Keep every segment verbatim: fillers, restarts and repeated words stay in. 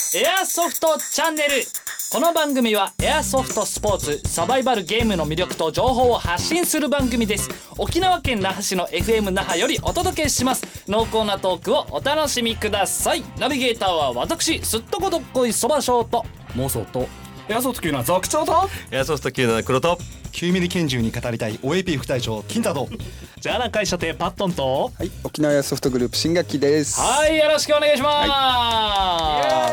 エアソフトチャンネル。この番組はエアソフトスポーツサバイバルゲームの魅力と情報を発信する番組です。沖縄県那覇市の エフエム 那覇よりお届けします。濃厚なトークをお楽しみください。ナビゲーターは私すっとこどっこいそばショート妄想とエアソフト級の族長とエアソフト級の黒ときゅうミリ拳銃に語りたい オーエーピー 副隊長金太とじゃあな会社亭パットンと、 はい、沖縄エアソフトグループ新学期です。 はい、よろしくお願いします、はい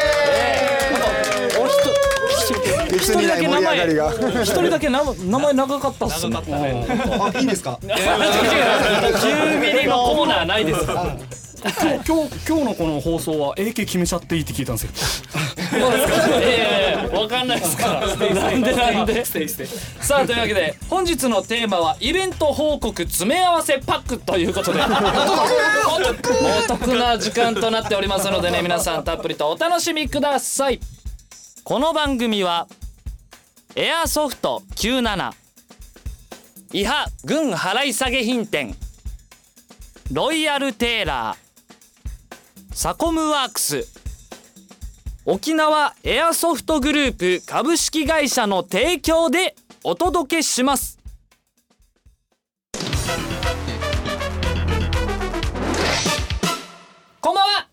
、おひと一人だけ名前一人だけ名前長かったっすね。 あ、いいんですか。 きゅうミリのコーナーないです。 今日今日のこの放送は エーケー 決めちゃっていいって聞いたんですよ。 そうですか。いやいやいや、わかんないですから。なんでなんで。さあというわけで本日のテーマはイベント報告詰め合わせパックということで、お得な時間となっておりますのでね、皆さんたっぷりとお楽しみください。この番組はエアソフトきゅうじゅうなな、伊波軍払い下げ品店、ロイヤルテーラー、サコムワークス、沖縄エアソフトグループ株式会社の提供でお届けします。こんばんは。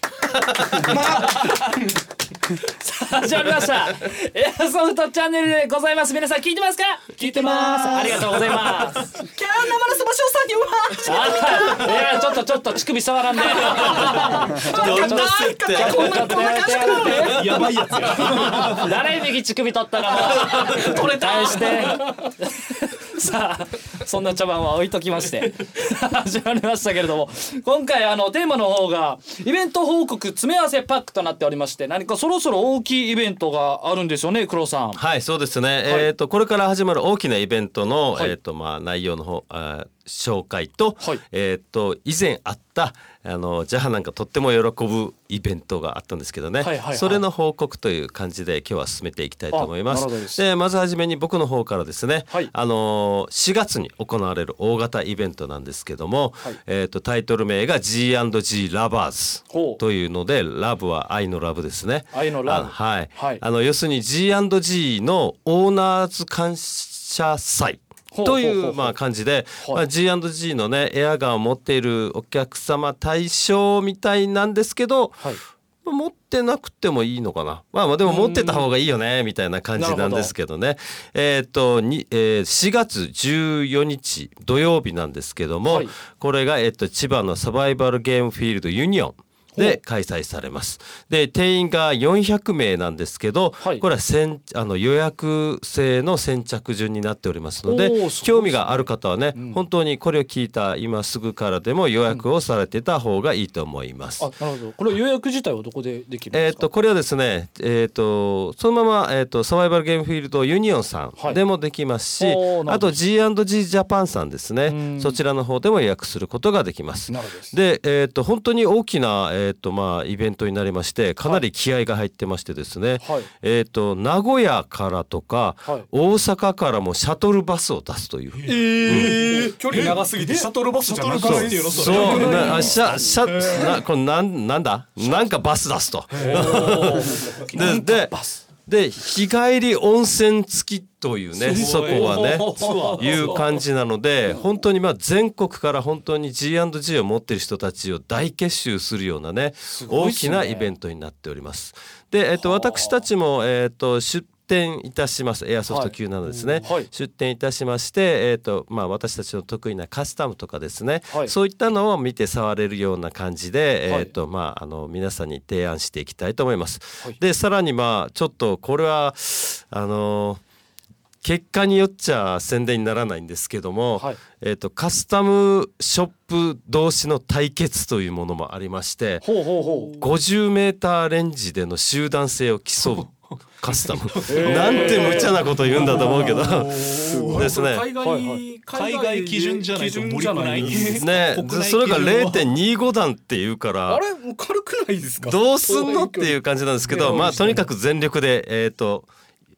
さあ始まりましたエアソフトチャンネルでございます。皆さん聞いてますか？ 聞いてます。 ありがとうございます。 キャー生のそばしょうさんにあいやちょっとちょっと乳首触らんで。 どんな設定こんなこんな感じかな。 やばいやつや。 誰右乳首取ったらもう取れたしてさあそんな茶番は置いときまして始まりましたけれども、今回あのテーマの方がイベント報告詰め合わせパックとなっておりまして、何かそろそろ大きいイベントがあるんですよね、黒さん。 はい、そうですね、はい、えーとこれから始まる大きなイベントの、はい、えーとまあ、内容の方あ紹介と、はい、えーと以前あったあのジャハなんかとっても喜ぶイベントがあったんですけどね、はいはいはい、それの報告という感じで今日は進めていきたいと思います。でまずはじめに僕の方からですね、はい、あのしがつに行われる大型イベントなんですけども、はい、えーとタイトル名が ジーアンドジー ラバーズというので、ラブは愛のラブですね。 愛のラブ、 はい、はい、あの要するに ジーアンドジー のオーナーズ感謝祭というまあ感じで、まあ、ジーアンドジー のねエアガンを持っているお客様対象みたいなんですけど、はい、持ってなくてもいいのかな、まあ、まあでも持ってた方がいいよねみたいな感じなんですけどね。えっとに、えー、しがつじゅうよっか土曜日なんですけども、はい、これが、えっと、千葉のサバイバルゲームフィールドユニオンで開催されます。で定員がよんひゃくめいなんですけど、はい、これは先あの予約制の先着順になっておりますので、興味がある方はね、うん、本当にこれを聞いた今すぐからでも予約をされてた方がいいと思います。 うん、あ、なるほど。これ予約自体はどこでできるんですか？ えー、とこれはですね、えー、とそのまま、えー、とサバイバルゲームフィールドユニオンさんでもできますし、はい、あと ジーアンドジー ジャパンさんですね、そちらの方でも予約することができます。で、えー、と本当に大きな、えーとまあ、イベントになりまして、かなり気合が入ってましてですね、はい、えー、と名古屋からとか、はい、大阪からもシャトルバスを出すという、 えー、距離長すぎてシャトルバスじゃなくてっていうの、それそうなあシャシャなこれなんなんだなんかバス出すとででで日帰り温泉付きというね、そこはねいう感じなので、本当にまあ全国から本当に ジーアンドジー を持っている人たちを大結集するようなね、大きなイベントになっております。で、えっと、私たちも、えっと、出展いたします。エアソフトきゅうじゅうななですね、はい、出展いたしまして、えーとまあ、私たちの得意なカスタムとかですね、はい、そういったのを見て触れるような感じで、はい、えーとまあ、あの皆さんに提案していきたいと思います。はい、でさらにまあちょっとこれはあの結果によっちゃ宣伝にならないんですけども、はい、えーとカスタムショップ同士の対決というものもありまして、ほうほうほう、ごじゅうメーターレンジでの集団性を競うカスタム、えー、なんて無茶なこと言うんだと思うけどですね、 海外、海外基準じゃないと無理くないね、 それが れいてんにじゅうご 段っていうから、 あれもう軽くないですか、 どうすんのっていう感じなんですけど、まあとにかく全力で、えーと今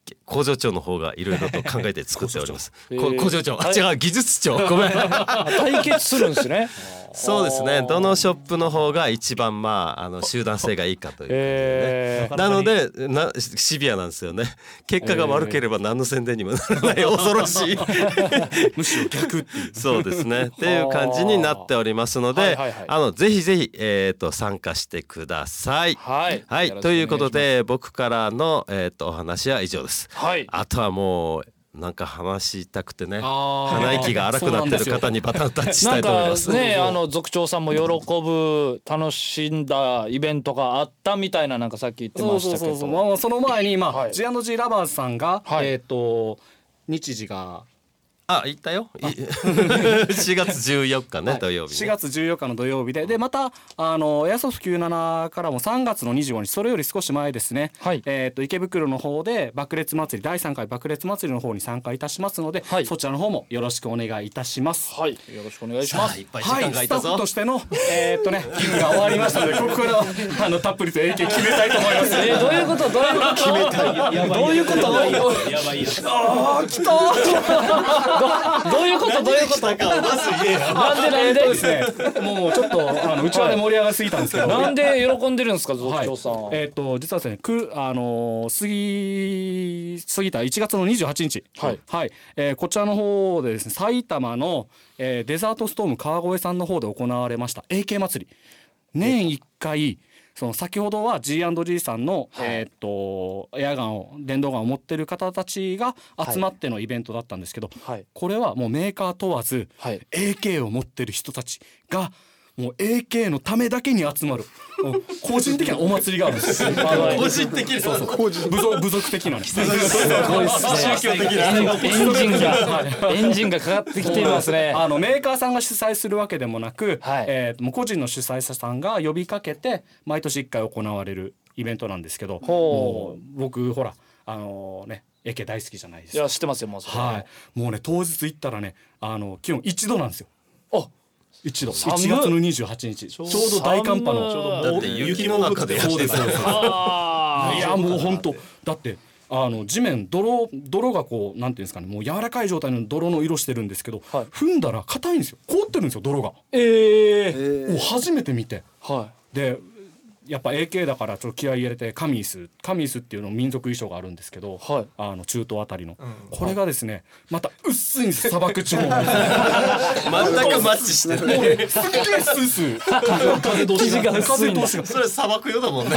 工場長の方がいろいろと考えて作っております。 工場長こ工場長、あ、違う、技術長、ごめん。 対決するんですね。 そうですね。どのショップの方が一番まああの集団性がいいかという、ねえー、 なのでなシビアなんですよね。結果が悪ければ何の宣伝にもならない恐ろしい。 むしろ逆っていう。 そうですね。っていう感じになっておりますので、 はいはいはい、 あのぜひぜひえっ、ー、と参加してください。 はい。 はい。ということで僕からのえっ、ー、とお話は以上です。 はい。 あとはもう。なんか話したくてね、 あ鼻息が荒くなってる方にバトンタッチしたいと思います。 なんかね、あの族長さんも喜ぶ楽しんだイベントがあったみたいな、なんかさっき言ってましたけど、 そうそうそうそう、まあ、その前に、まあはい、 ジーアンドジー ラバーズさんが、 はい、 えっ、ー、と日時があ、行ったよ。しがつじゅうよっかね、はい、土曜日、ね。 しがつじゅうよっかの土曜日で、でまたあのエアソフトきゅうじゅうななからもさんがつのにじゅうごにち、それより少し前ですね。はい、えっ、ー、と池袋の方で爆裂祭りだいさんかい爆裂祭りの方に参加いたしますので、はい、そちらの方もよろしくお願いいたします。 はい、よろしくお願いします。 いっぱい時間が空いたぞ。 はい、スタッフとしてのえっとね義務が終わりましたので、ここからあのたっぷりと エーケー 決めたいと思います。 えー、どういうことどういうこと決めたい。やばい。どういうこと。やばい。 ああ来たー。どういうことどういうことなんでなんでですね、もうちょっとあのうちわで盛り上がりすぎたんですけど、 なんで喜んでるんですか、族長さん。 はい、えっ、ー、と実はですね、くあのー、過ぎ過ぎたいちがつのにじゅうはちにち、はいはい、えー、こちらの方でですね、埼玉の、えー、デザートストーム川越さんの方で行われました エーケー 祭り。年いっかい、その先ほどは ジーアンドジー さんの、はい、えー、っとエアガンを電動ガンを持ってる方たちが集まってのイベントだったんですけど、はい、これはもうメーカー問わず、はい、エーケー を持ってる人たちがもう エーケー のためだけに集まる個人的なお祭りがあるんですよ。 個人的な、 そうそう、部族部族的なね、宗教的なエンジンがエンジンがかかってきていますね。 あのメーカーさんが主催するわけでもなく、はい、えー、もう個人の主催者さんが呼びかけて毎年いっかい行われるイベントなんですけど、もう僕ほらあのー、ねエーケー大好きじゃないですか。 いや知ってますよ、もうそれ。 はい、もうね当日行ったらね、あの気温いちどなんですよ。あ、一度いちがつのにじゅうはちにち、ちょうど大寒波の、 だって雪の中でやってた。 いやもう本当だってあの地面泥泥がこうなんていうんですかね、もう柔らかい状態の泥の色してるんですけど、はい、踏んだら硬いんですよ。凍ってるんですよ泥が。えー、もう初めて見て、はい、でやっぱ エーケー だからちょっと気合い入れてカミースカミースっていうの民族衣装があるんですけど、はい、あの中東あたりの、うん、これがですねまた薄いんです、砂漠地方の全くマッチしてるね。 もうねすっげえスースー風通しが風通しがそれ砂漠よだもんね。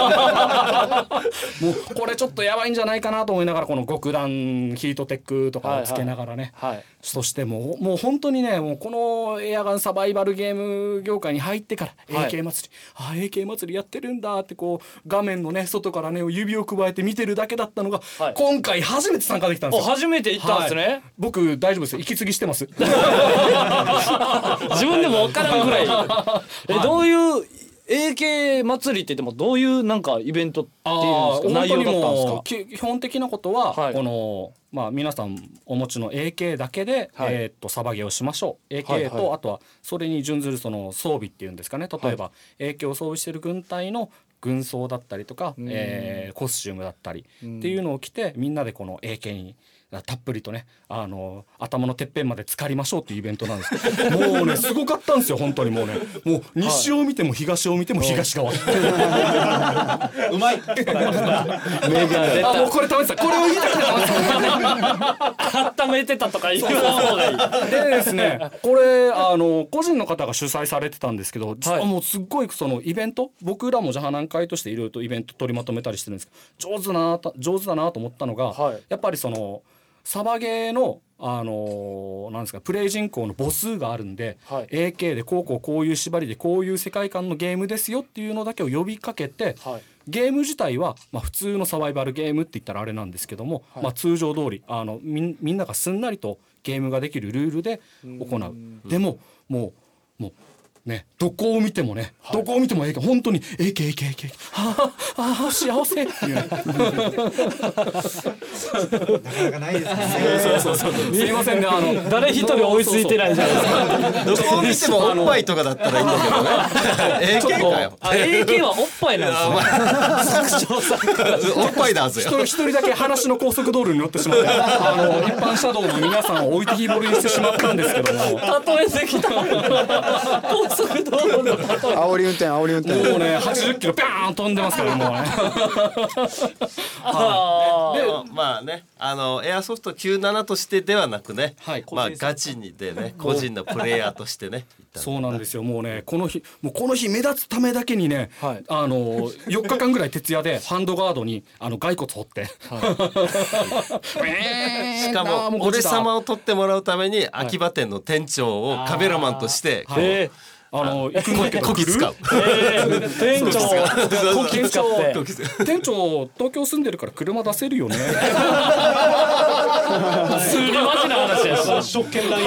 もうこれちょっとやばいんじゃないかなと思いながら、この極暖ヒートテックとかをつけながらね、はいはいはい、そしてもうもう本当にね、もうこのエアガンサバイバルゲーム業界に入ってから、はい、エーケー 祭り、あ エーケー 祭りやってるんだってこう画面のね外からね指をくわえて見てるだけだったのが、はい、今回初めて参加できたんですよ。 初めて行ったんですね、はい、 僕大丈夫ですよ、息継ぎしてます自分でも分からんぐらいえ、どういう エーケー 祭りって言ってもどういうなんかイベントっていうんですか、内容だったんですか。 基本的なことは、はい、このまあ、皆さんお持ちの エーケー だけで、はい、えー、っとサバゲーをしましょう。 エーケー と、はいはい、あとはそれに準ずるその装備っていうんですかね、例えば、はい、エーケー を装備している軍隊の軍装だったりとか、えー、コスチュームだったりっていうのを着て、みんなでこの エーケー にたっぷりとね、あの頭のてっぺんまで浸かりましょうっていうイベントなんですけどもうねすごかったんですよ本当に。もうねもう西を見ても東を見ても東側、 はい、うまい名言出た。 あもうこれ食べてた、これを言いたくて温めてたとか言う方がいいでですね、これあの個人の方が主催されてたんですけど、はい、もうすっごいそのイベント、僕らもじゃあ何回としていろいろとイベント取りまとめたりしてるんですけど、上手だな上手だなと思ったのが、はい、やっぱりそのサバゲーの、あのー、なんですかプレイ人口の母数があるんで、はい、エーケー でこうこうこういう縛りでこういう世界観のゲームですよっていうのだけを呼びかけて、はい、ゲーム自体は、まあ、普通のサバイバルゲームって言ったらあれなんですけども、はい、まあ、通常通りあの み, みんながすんなりとゲームができるルールで行う。でももうもうね、どこを見てもね、はい、どこを見ても エーケー 本当に エーケー エーケー エーケー ああ幸せっていうねなかなかないですね。 そうそうそうそうすいませんね、あの誰一人追いついてないじゃないですか。 どこを見てもおっぱいとかだったらいいんだけどねエーケー かよ。 あ エーケー はおっぱいなんですね。作長さんからおっぱいだぜ。 一人だけ話の高速道路に乗ってしまってあの一般車道の皆さんを置いてきぼりにしてしまったんですけども、 例えてきた高速道路の例え煽り運転煽り運転もうねはちじゅっキロピャーン飛んでますからもうねあでまあね、あのエアソフトきゅうじゅうななとしてではなくね、はい、まあガチにでね個人のプレイヤーとしてねそうなんですよ。もうねこの日もうこの日目立つためだけにね、はい、あのよっかかんぐらい徹夜でハンドガードにあの骸骨掘って、はい、しかも俺様を撮ってもらうために秋葉店の店長をカメラマンとしてこう、はいあの行くんだけどこき使う、 えー、店長こき使って店長東京住んでるから車出せるよねすりマジな話やし職権乱用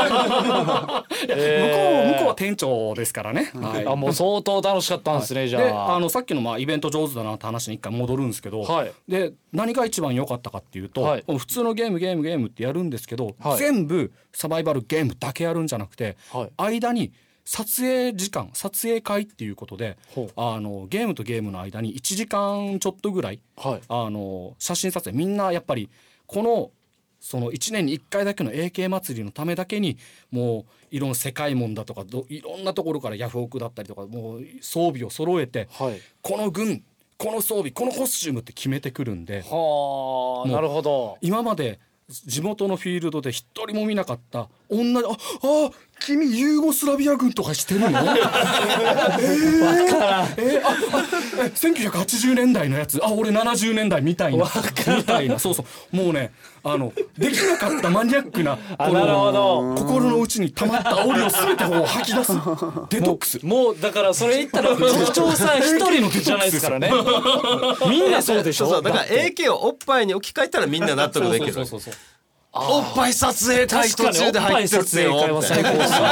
えー、向こう向こうは店長ですからね、はい、 あもう相当楽しかったんですね、はい、じゃあであのさっきのまあイベント上手だなって話に一回戻るんですけど、はい、で何が一番良かったかっていうと、はい、普通のゲームゲームゲームってやるんですけど、はい、全部サバイバルゲームだけやるんじゃなくて、はい、間に撮影時間撮影会っていうことであのゲームとゲームの間にいちじかんちょっとぐらい、はい、あの写真撮影みんなやっぱりこのそのいちねんにいっかいだけの エーケー 祭りのためだけにもういろんな世界門だとかどいろんなところからヤフオクだったりとかもう装備を揃えて、はい、この軍この装備このコスチュームって決めてくるんではあなるほど今まで地元のフィールドで一人も見なかった女ああ君ユーゴスラビア軍とかしてるの？えー、分からん、えー、ああせんきゅうひゃくはちじゅうねんだいのやつあ俺ななじゅうねんだいみたいなみたいなそうそうもうねあのできなかったマニアックなこのなるほど心の内に溜まった煽りを全てこう吐き出すデトックスもうだからそれ言ったら局長さん一人のじゃないですからねみんなそうでしょ。 そうそうだから エーケー をおっぱいに置き換えたらみんな納得できる。そうそうそうそうおっぱい撮影会途中で入ってるってよ。わか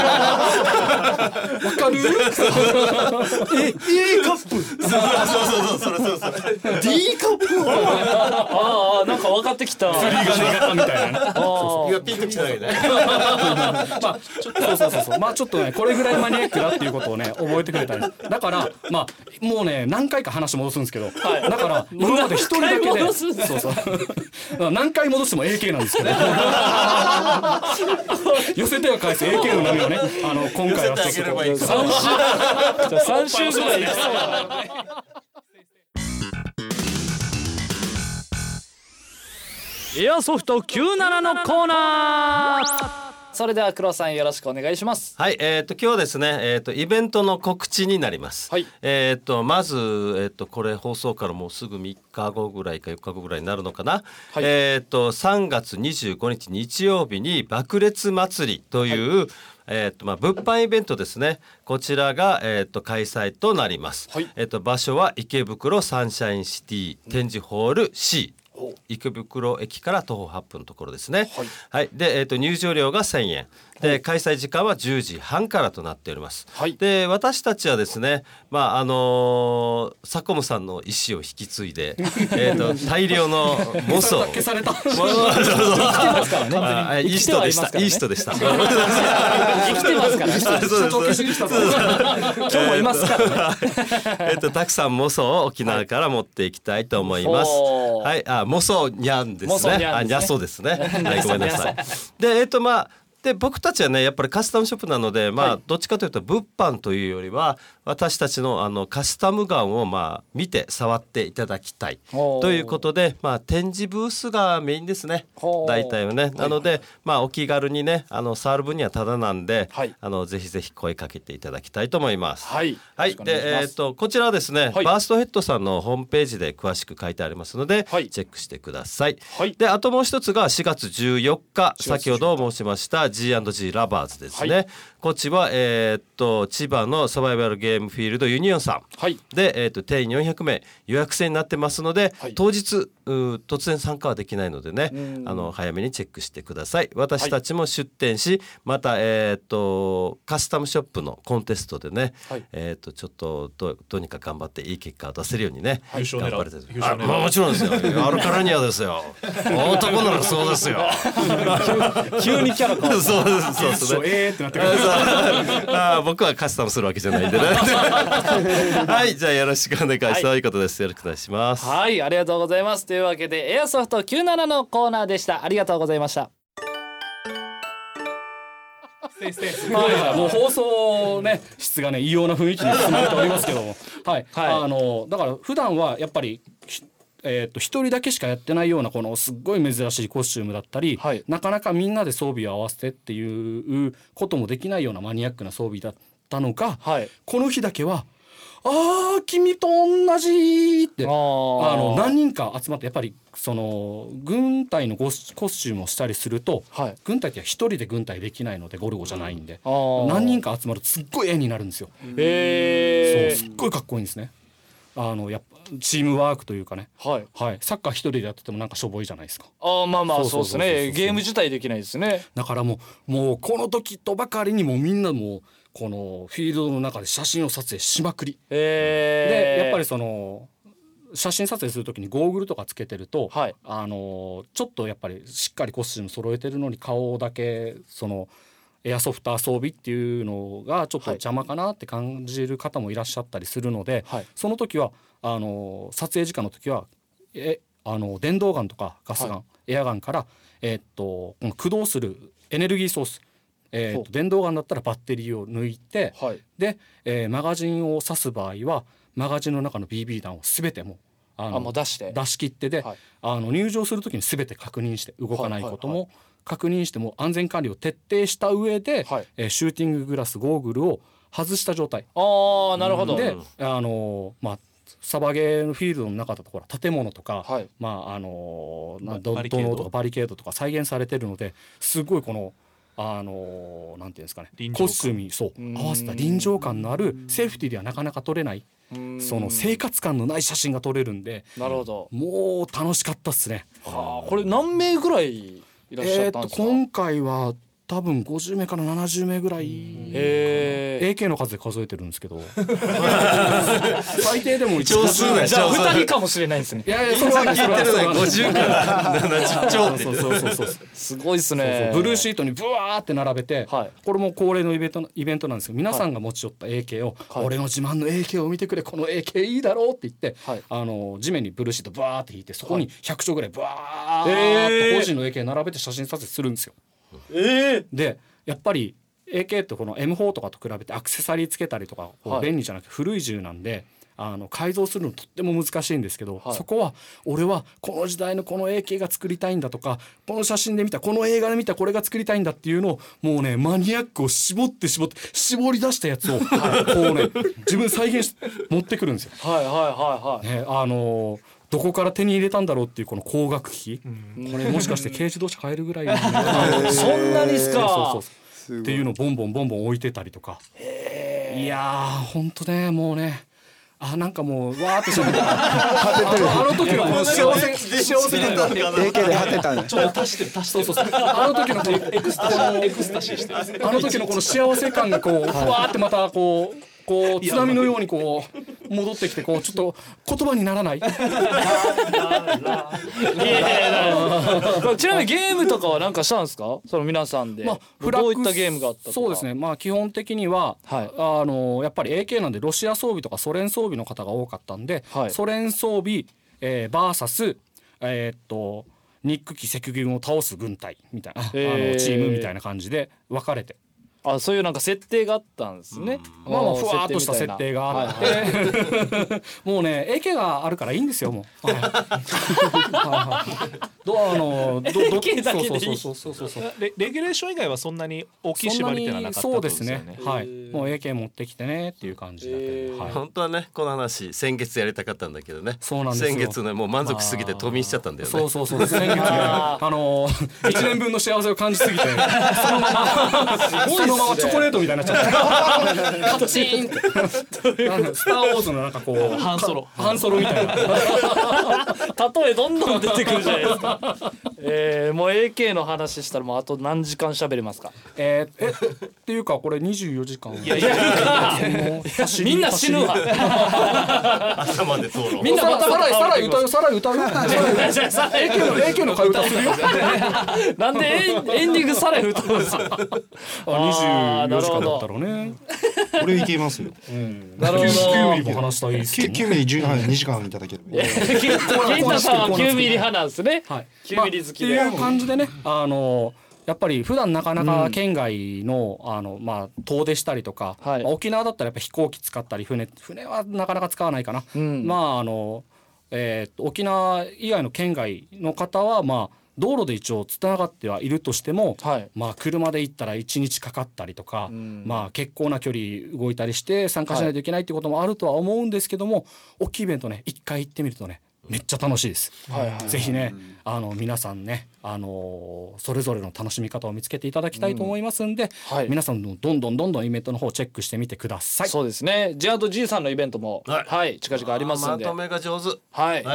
る？え、A カップ。 そうそうそうそうそうそう。 D カップ。 ああなんか分かってきた。 釣り鐘型みたいなね。 今ピンときただけね。 まあそうそうそうそう。まあちょっとねこれぐらいマニアックだっていうことをね覚えてくれたんです。だからまあもうね何回か話戻すんですけど、はい、だから今まで一人だけでそうそう何回戻しても エーケー なんですけど。寄せては返す エーケー の波をねあの今回はちょっとさん週じゃあさん週ぐらいいきそうエアソフトきゅうじゅうななのコーナー。それでは黒さんよろしくお願いします。 はい、えー、と今日はですね、えー、とイベントの告知になります。はい、えー、とまず、えー、とこれ放送からもうすぐみっかごぐらいかよっかごぐらいになるのかな、はい、えー、とさんがつにじゅうごにち日曜日に爆裂祭りという、はいえーとまあ、物販イベントですね。こちらが、えー、と開催となります。はいえー、と場所は池袋サンシャインシティ展示ホール C、池袋駅から徒歩はっぷんのところですね。はい、はい、で、えー、と入場料がせんえんで開催時間はじゅうじはんからとなっております。はい、で私たちはですね、まああのー、サコムさんの意思を引き継いで、えー、と大量のモスを消された。 生きてますからね。 いい人でした。いい人でした。 生きてますからね。今日もいますからね。 えっとたくさんモソを沖縄から持っていきたいと思います。はい、あモソニャンですね。あニャソですね。はい、ごめんなさい。でえっとまあで僕たちはねやっぱりカスタムショップなので、まあ、どっちかというと物販というよりは私たちのあのカスタムガンをまあ見て触っていただきたいということで、まあ、展示ブースがメインですね大体はね。なので、まあ、お気軽にねあの触る分にはタダなんで、はい、あのぜひぜひ声かけていただきたいと思います。はい、はい、でえー、とこちらはですね、はい、バーストヘッドさんのホームページで詳しく書いてありますので、はい、チェックしてください。はい、であともう一つがしがつじゅうよっか先ほど申しました ジーアンドジー ラバーズですね。はい、 こっちは、えー、っと千葉のサバイバルゲームフィールドユニオンさん、 はい、 で、えー、っと定員よんひゃくめい予約制になってますので、 はい、 当日突然参加はできないのでね、あの早めにチェックしてください。私たちも出展し、はい、また、えー、っとカスタムショップのコンテストでね、はい、えー、っとちょっと ど, どうにか頑張っていい結果を出せるようにね、はい、頑張れてる。あ、まあ、もちろんですよ。あるからにはですよ。男ならそうですよ。 急にキャラ変わる。 そうですそうですね。 えーってなってくる。 あ、僕はカスタムするわけじゃないんでね。はい、じゃあよろしくお願いします。そういうことです。よろしくお願いします。 はい、ありがとうございます。というわけでエアソフトきゅうじゅうななのコーナーでした。ありがとうございました。 はい、もう放送ね質がね異様な雰囲気に包まれておりますけども、はい、はい、あのだから普段はやっぱりえー、と一人だけしかやってないようなこのすっごい珍しいコスチュームだったり、はい、なかなかみんなで装備を合わせてっていうこともできないようなマニアックな装備だったのが、はい、この日だけはあー君と同じってあの何人か集まってやっぱりその軍隊のコスチュームをしたりすると、はい、軍隊って一人で軍隊できないのでゴルゴじゃないんで、うん、何人か集まるとすっごい絵になるんですよ。へー、そうすっごいかっこいいんですね。あのやっぱチームワークというかね、はいはい、サッカー一人でやっててもなんかしょぼいじゃないですか。 あ、まあまあそうですね。ゲーム自体できないですね。 だからもうもうこの時とばかりにもみんなもうこのフィールドの中で写真を撮影しまくり、でやっぱりその写真撮影する時にゴーグルとかつけてると、はい、あのちょっとやっぱりしっかりコスチューム揃えてるのに顔だけそのエアソフター装備っていうのがちょっと邪魔かなって感じる方もいらっしゃったりするので、はい、その時はあの撮影時間の時はえあの電動ガンとかガスガン、はい、エアガンから、えー、っとこの駆動するエネルギーソース、えー、っと電動ガンだったらバッテリーを抜いて、はい、で、えー、マガジンを刺す場合はマガジンの中の ビービー 弾を全てもあのあもう出して出し切ってで、はい、あの入場する時に全て確認して動かないことも、はいはいはい、確認しても安全管理を徹底した上で、はい、えー、シューティンググラスゴーグルを外した状態。 ああ、なるほど。 で、あのまあサバゲーのフィールドの中だとほら建物とか、はい、まああの土のうとかバリケードとか再現されてるのですごいこのあのなんていうんですかね、コスチュームにそう合わせた臨場感のあるセーフティーではなかなか撮れないその生活感のない写真が撮れるんで、 なるほど、 もう楽しかったっすね。 はあ、これ何名ぐらいいらっしゃったんですか？ えー、と今回は多分ごじゅうめいからななじゅうめいぐらい、エーケー の数で数えてるんですけど最低でも少数だよ。 じゃあふたりかもしれないんですね。 いやいや、それは聞いてるね。 ごじゅうからななじゅう超ってそうそうそうそうすごいですね。 そうそう、ブルーシートにブワーって並べて、はい、これも恒例のイベントイベントなんですけど、皆さんが持ち寄った エーケー を、はい、俺の自慢の エーケー を見てくれ、この エーケー いいだろうって言って、はい、あの地面にブルーシートブワーって引いて、そこにひゃくちょうぐらいブワーっと個人の エーケー 並べて写真撮影するんですよ。えー、でやっぱり エーケー ってこの エムフォー とかと比べてアクセサリーつけたりとか便利じゃなくて古い銃なんで、あの改造するのとっても難しいんですけど、はい、そこは俺はこの時代のこの エーケー が作りたいんだとか、この写真で見たこの映画で見たこれが作りたいんだっていうのをもうねマニアックを絞って絞って絞り出したやつをこうね自分再現して持ってくるんですよ。 はいはいはいはい、 ね、あのーどこから手に入れたんだろうっていうこの高額機、うん、これもしかして軽自動車買えるぐらいそんなにですか。 そうそうっていうのをボンボンボンボン置いてたりとか、いやーほんとね、もうね、あなんかもうわーってしゃべったあの時のこの幸せ幸せで エーケー で果てたね。 ちょっと足してる足してる。 そうそうそう、あの時のこのエクスタシーエクスタシーしてる。 あの時のこの幸せ感がこうふわーってまたこうこう津波のようにこう戻ってきて、こうちょっと言葉にならない。いやいやちなみにゲームとかは何かしたんですか、その皆さんで、まあ、どういったゲームがあったとか。 そうですね、まあ基本的には、はい、あのやっぱり エーケー なんでロシア装備とかソ連装備の方が多かったんで、はい、ソ連装備、えー、バーサス、えー、っとニック機赤軍を倒す軍隊みたいな、あのチームみたいな感じで分かれて。 あ、そういうなんか設定があったんですね。 まあまあふわっとした設定があって、はいはい、もうね エーケー があるからいいんですよもう。はいはい、どあのどどエーケー だけでいい。 そうそうそうそう。 レ, レギュレーション以外はそんなに大きい縛りってのはなかったってことですよね。 そうですね。はい。もう エーケー 持ってきてねっていう感じだけど、はい、 本当はねこの話先月やりたかったんだけどね。 そうなんですよ。 先月ねもう満足しすぎて冬眠しちゃったんだよね。 そうそうそう。先月ねあの一年分の幸せを感じすぎてそのまま。 のままチョコレートみたいになっちゃったカチンってなんかスター・ウォーズのなんかこうハンソロハンソロみたいな例えどんどん出てくるじゃないですかえー、もう エーケー の話したらもうあと何時間喋れますか。 えー、えっていうかこれにじゅうよじかんいやいやみんな死ぬわ朝まで討論。 みんなまたさらいさらい歌うよさらい歌う エーケー の エーケー の替え歌するよなんでエンエンディングさらに歌うんですか。 あにじゅうよじかんだったらね俺いけますよ。 なるほど。 きゅうミリも話したいですけどきゅうミリじゅうにじかんいただければ。 金太さんはきゅうミリ派なんですね。 はいきゅうミリ好きで。 まあっていう感じでねあのやっぱり普段なかなか県外の、うん、あのまあ遠出したりとか、 はい、 まあ、沖縄だったらやっぱ飛行機使ったり船船はなかなか使わないかな、うん、まああの、えー、沖縄以外の県外の方はまあ道路で一応つながってはいるとしても、はい、まあ車で行ったらいちにちかかったりとか、うん、まあ結構な距離動いたりして参加しないといけないってこともあるとは思うんですけども、はい、大きいイベントね一回行ってみるとねめっちゃ楽しいです、はいはい、ぜひねあの皆さんね、あのー、それぞれの楽しみ方を見つけていただきたいと思いますんで、うん、はい、皆さんどんどんどんどんイベントの方をチェックしてみてください。 そうですね。ジェアート G さんのイベントも、はい、はい、近々ありますんで、 まとめが上手。 はい、はい、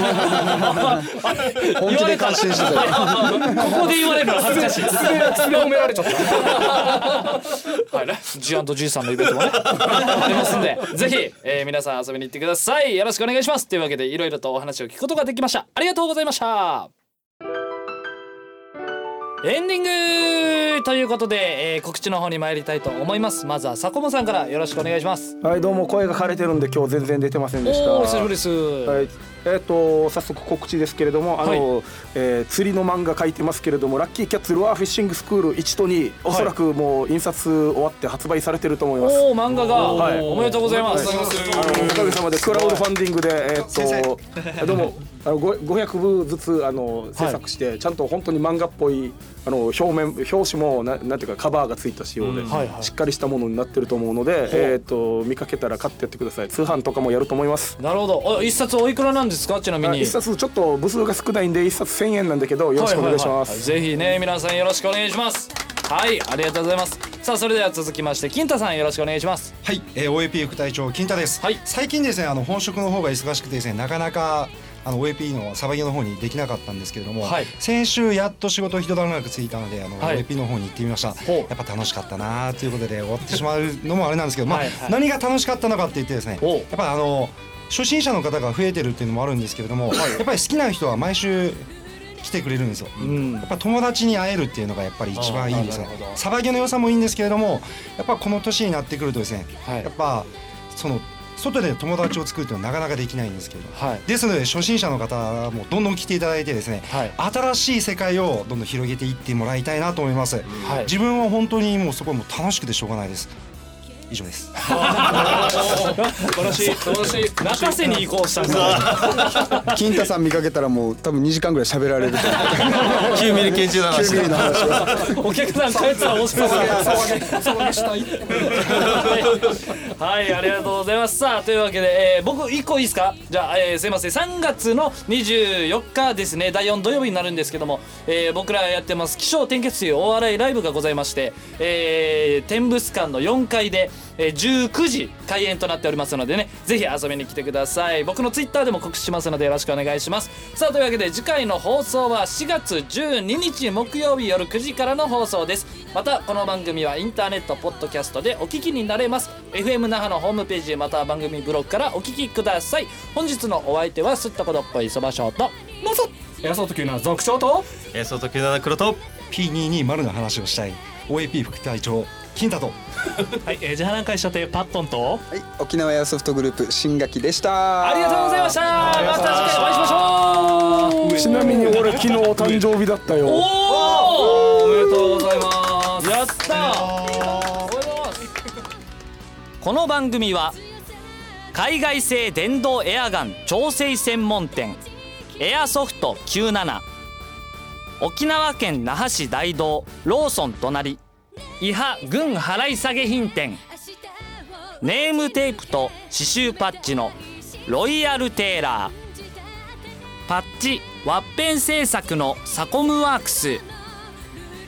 本気で感心してたよここで言われるのは恥ずかしいです褒められちゃったはいね、ジェアート G さんのイベントもねありますんでぜひ、えー、皆さん遊びに行ってください。よろしくお願いします。というわけでいろいろとお話を聞くことができました。ありがとうございました。エンディングということで、えー、告知の方に参りたいと思います。まずはサコモさんからよろしくお願いします。 はい、どうも。声が枯れてるんで今日全然出てませんでした。 おー、久しぶりです。 はい、えー、と早速告知ですけれども、あの、はい、えー、釣りの漫画書いてますけれども、ラッキーキャッツルアーフィッシングスクールいちとに、おそらくもう印刷終わって発売されてると思います。 おー、漫画が、はい、おめでとうございます。 はい、あのおかげさまでクラウドファンディングで、えー、とどうもあのごひゃくぶずつあの制作して、はい、ちゃんと本当に漫画っぽいあの表面表紙も な, なんていうかカバーがついた仕様で、うんはいはい、しっかりしたものになってると思うので、えー、と見かけたら買ってやってください。通販とかもやると思います。 なるほど。一冊おいくらなんですか。ちなみに一冊ちょっと部数が少ないんで一冊せんえんなんだけどよろしくお願いします。 はいはいはい、ぜひね皆さんよろしくお願いします。はい、ありがとうございます。さあそれでは続きまして金太さんよろしくお願いします。 はい、えー、オーエーピー 副隊長金太です。はい、最近ですねあの本職の方が忙しくてですねなかなかあの オーエーピー のサバゲの方にできなかったんですけれども、はい、先週やっと仕事一段落ついたのであの、はい、オーエーピー の方に行ってみました。やっぱ楽しかったなということで終わってしまうのもあれなんですけど、まあ、はいはい、何が楽しかったのかって言ってですね、やっぱあの初心者の方が増えてるっていうのもあるんですけれども、はい、やっぱり好きな人は毎週来てくれるんですよ、うん、やっぱ友達に会えるっていうのがやっぱり一番いいんですね。サバゲの良さもいいんですけれどもやっぱこの年になってくるとですね、はい、やっぱその外で友達を作るっていうのはなかなかできないんですけど、はい、ですので初心者の方もどんどん来ていただいてですね、はい、新しい世界をどんどん広げていってもらいたいなと思います、はい、自分は本当にもうそこはもう楽しくてしょうがないです。以上です。 素晴らしい素晴らしい。泣かせに行こうしたんだ。 金太さん見かけたらもう多分にじかんぐらい喋られると思う。 きゅうミリ拳銃の話。 きゅうミリの話はお客さん帰ったら面白い。 騒げしたい。 はい、ありがとうございます。さあというわけで、えー、僕いっこいいですか。じゃあ、えー、すいませんさんがつのにじゅうよっかですねだいよん土曜日になるんですけども、えー、僕らやってます起承転結というお笑いライブがございまして、えー、天物館のよんかいでじゅうくじ開演となっておりますのでねぜひ遊びに来てください。僕のツイッターでも告知しますのでよろしくお願いします。さあというわけで次回の放送はしがつじゅうににち木曜日夜くじからの放送です。またこの番組はインターネットポッドキャストでお聞きになれます。 エフエム 那覇のホームページまたは番組ブログからお聞きください。本日のお相手はすったこどっこいそばしょうとどうぞエアソートきゅうなな族長とエアソートきゅうなな黒とピーにじゅうに 丸の話をしたい オーエーピー 副隊長金太とはい、えー、ジャハナン会社とパットンと、 はい、沖縄エアソフトグループ新垣でした。 ありがとうございました。また次回お会いしましょう。 ちなみに俺昨日誕生日だったよ。 おお、おめでとうございます。やったー。この番組は海外製電動エアガン調整専門店エアソフトきゅうなな、沖縄県那覇市大道ローソン隣伊波軍払い下げ品店、ネームテープと刺繍パッチのロイヤルテーラー、パッチワッペン製作のサコムワークス、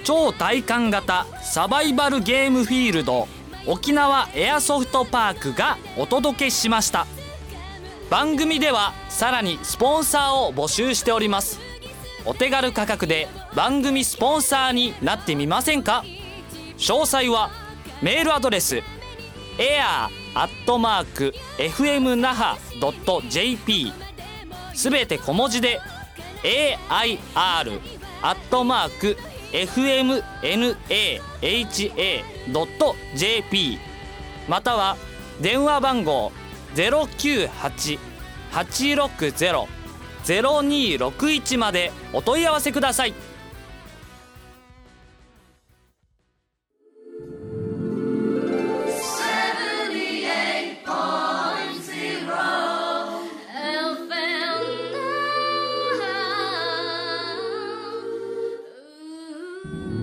超体感型サバイバルゲームフィールド沖縄エアソフトパークがお届けしました。番組ではさらにスポンサーを募集しております。お手軽価格で番組スポンサーになってみませんか？詳細はメールアドレス エアー アットマーク エフエム ナハ ドット ジェーピー すべて小文字で エーアイアール アットマーク エフエム ナハ ドット ジェーピー または電話番号 ゼロきゅうはち はちろくゼロ ゼロにろくいち までお問い合わせください。 Ooh.